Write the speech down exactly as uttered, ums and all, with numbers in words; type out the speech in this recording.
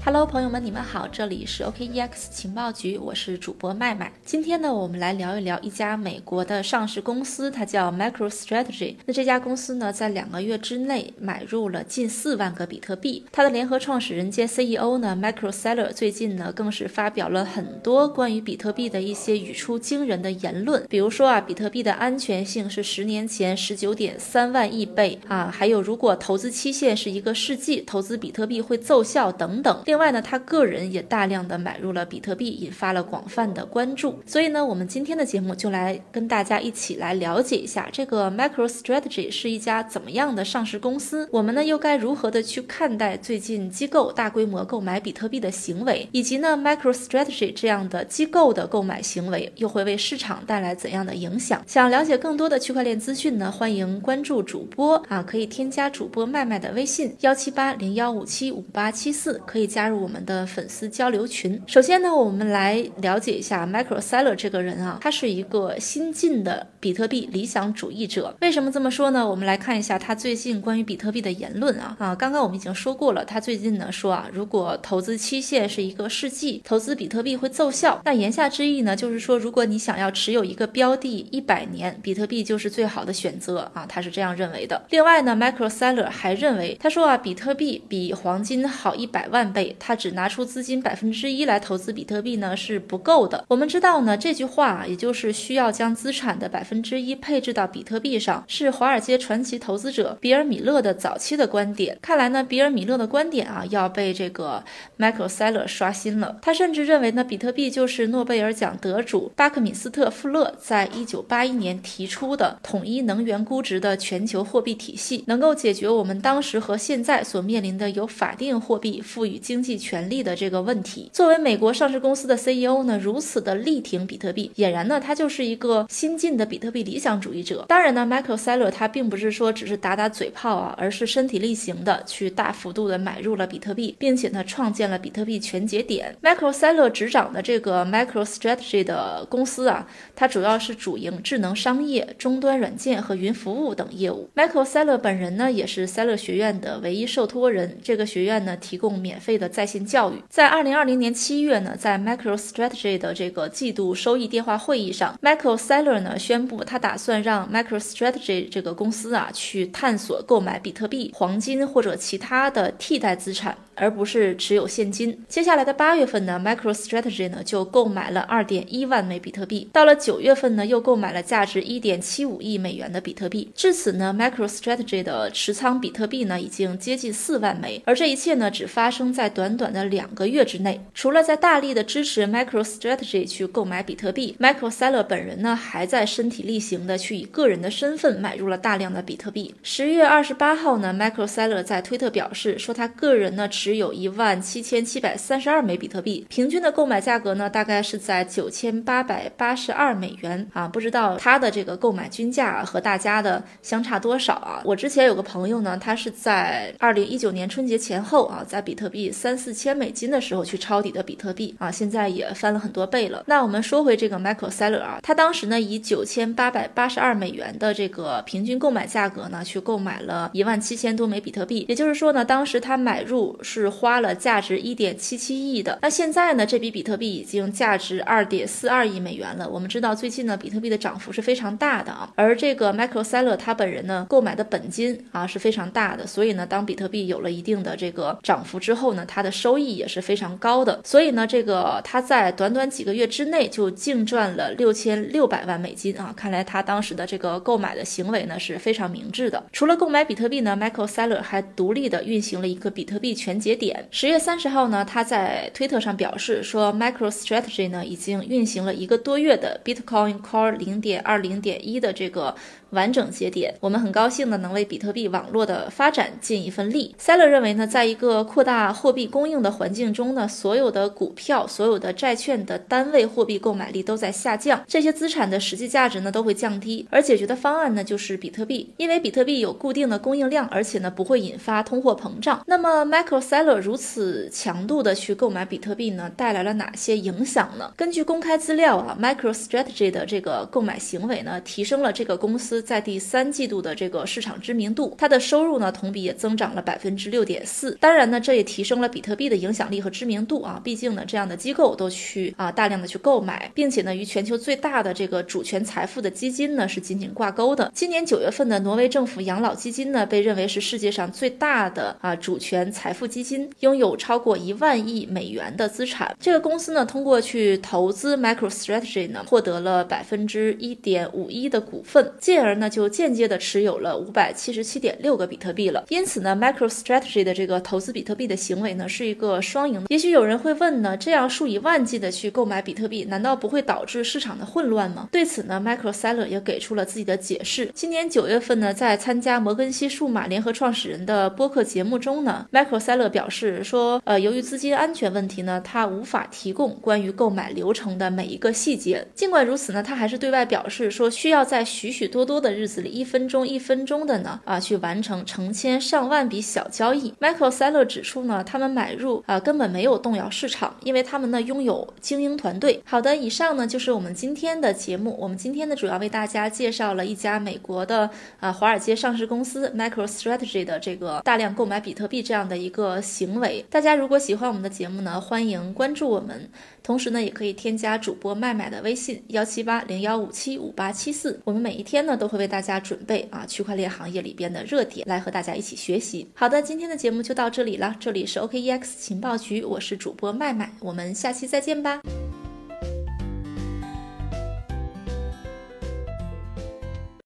Hello， 朋友们，你们好，这里是 O K E X 情报局，我是主播麦麦。今天呢，我们来聊一聊一家美国的上市公司，它叫 MicroStrategy。那这家公司呢，在两个月之内买入了近四万个比特币。它的联合创始人兼 C E O 呢 ，Michael Saylor 最近呢，更是发表了很多关于比特币的一些语出惊人的言论，比如说啊，比特币的安全性是十年前 十九点三万亿倍啊，还有如果投资期限是一个世纪，投资比特币会奏效等等。另外呢，他个人也大量的买入了比特币，引发了广泛的关注。所以呢，我们今天的节目就来跟大家一起来了解一下这个 MicroStrategy 是一家怎么样的上市公司，我们呢又该如何的去看待最近机构大规模购买比特币的行为，以及呢 MicroStrategy 这样的机构的购买行为又会为市场带来怎样的影响。想了解更多的区块链资讯呢，欢迎关注主播啊，可以添加主播麦麦的微信幺七八零幺五七五八七四，可以加入我们的粉丝交流群。首先呢，我们来了解一下 Michael Saylor 这个人啊，他是一个新晋的比特币理想主义者。为什么这么说呢？我们来看一下他最近关于比特币的言论啊啊，刚刚我们已经说过了，他最近呢说啊，如果投资期限是一个世纪，投资比特币会奏效。那言下之意呢，就是说如果你想要持有一个标的一百年，比特币就是最好的选择啊，他是这样认为的。另外呢 ，Michael Saylor 还认为，他说啊，比特币比黄金好一百万倍，他只拿出资金百分之一来投资比特币呢是不够的。我们知道呢，这句话也就是需要将资产的百分之一配置到比特币上，是华尔街传奇投资者比尔米勒的早期的观点。看来呢，比尔米勒的观点啊要被这个 Michael Saylor 刷新了。他甚至认为呢，比特币就是诺贝尔奖得主巴克敏斯特富勒在一九八一年提出的统一能源估值的全球货币体系，能够解决我们当时和现在所面临的由法定货币赋予经济权利的这个问题。作为美国上市公司的 C E O 呢，如此的力挺比特币，俨然呢他就是一个新晋的比特币理想主义者。当然呢 Michael Saylor 他并不是说只是打打嘴炮啊，而是身体力行的去大幅度的买入了比特币，并且呢创建了比特币全节点。Michael Saylor 执掌的这个 MicroStrategy 的公司啊，它主要是主营智能商业、终端软件和云服务等业务。Michael Saylor 本人呢也是 Saylor 学院的唯一受托人，这个学院呢提供免费的在线教育。在二零二零年七月呢，在 MicroStrategy 的这个季度收益电话会议上， Michael Saylor 呢宣布他打算让 MicroStrategy 这个公司啊去探索购买比特币、黄金或者其他的替代资产，而不是持有现金。接下来的八月份呢 MicroStrategy 呢就购买了 二点一万枚比特币，到了九月份呢又购买了价值 一点七五亿美元的比特币。至此呢 MicroStrategy 的持仓比特币呢已经接近四万枚，而这一切呢只发生在短短的两个月之内。除了在大力的支持 MicroStrategy 去购买比特币， Michael Saylor 本人呢还在身体力行的去以个人的身份买入了大量的比特币。十月二十八号呢 Michael Saylor 在推特表示说，他个人呢持有一万七千七百三十二枚比特币，平均的购买价格呢大概是在九千八百八十二美元啊，不知道他的这个购买均价、啊、和大家的相差多少啊。我之前有个朋友呢，他是在二零一九年春节前后啊，在比特币三四千美金的时候去抄底的比特币啊，现在也翻了很多倍了。那我们说回这个 Michael Saylor 啊，他当时呢以九千八百八十二美元的这个平均购买价格呢去购买了一万七千多枚比特币，也就是说呢，当时他买入是花了价值 一点七七亿的。那现在呢，这笔比特币已经价值 二点四二亿美元了。我们知道最近呢，比特币的涨幅是非常大的啊，而这个 Michael Saylor 他本人呢购买的本金啊是非常大的，所以呢，当比特币有了一定的这个涨幅之后呢，他的收益也是非常高的。所以呢，这个他在短短几个月之内就净赚了六千六百万美金啊，看来他当时的这个购买的行为呢是非常明智的。除了购买比特币呢 Michael Saylor 还独立的运行了一个比特币全节点。十月三十号呢，他在推特上表示说 MicroStrategy 呢已经运行了一个多月的 Bitcoin Core 零点二零点一 的这个完整节点，我们很高兴的能为比特币网络的发展尽一份力。Saylor 认为呢，在一个扩大货币供应的环境中呢，所有的股票、所有的债券的单位货币购买力都在下降，这些资产的实际价值呢都会降低，而解决的方案呢就是比特币，因为比特币有固定的供应量，而且呢不会引发通货膨胀。那么 Michael Saylor 如此强度的去购买比特币呢，带来了哪些影响呢？根据公开资料啊 ，MicroStrategy 的这个购买行为呢，提升了这个公司在第三季度的这个市场知名度，它的收入呢同比也增长了百分之六点四。当然呢，这也提升了比特币的影响力和知名度啊，毕竟呢，这样的机构都去啊大量的去购买，并且呢，与全球最大的这个主权财富的基金呢是紧紧挂钩的。今年九月份的挪威政府养老基金呢，被认为是世界上最大的啊主权财富基金，拥有超过一万亿美元的资产。这个公司呢，通过去投资 MicroStrategy 呢，获得了百分之一点五一的股份，进而呢就间接的持有了五百七十七点六个比特币了。因此呢 ，MicroStrategy 的这个投资比特币的行为呢，是一个双赢的。也许有人会问呢，这样数以万计的去购买比特币，难道不会导致市场的混乱吗？对此呢 ，Michael Saylor 也给出了自己的解释。今年九月份呢，在参加摩根西数码联合创始人的播客节目中呢 ，Michael Saylor 表示说，呃，由于资金安全问题呢，他无法提供关于购买流程的每一个细节。尽管如此呢，他还是对外表示说，需要在许许多多的日子里，一分钟一分钟的呢，啊，去完成成千上万笔小交易。Michael Saylor 指出呢，他们买入啊根本没有动摇市场，因为他们呢拥有精英团队。好的，以上呢就是我们今天的节目。我们今天呢主要为大家介绍了一家美国的啊华尔街上市公司 MicroStrategy 的这个大量购买比特币这样的一个行为。大家如果喜欢我们的节目呢，欢迎关注我们，同时呢也可以添加主播麦麦的微信幺七八零幺五七五八七四。我们每一天呢都会为大家准备啊区块链行业里边的热点，来和大家一起学习。好的，今天的节目就到这里了，这里是 O K E X 情报局，我是主播麦麦，我们下期再见吧。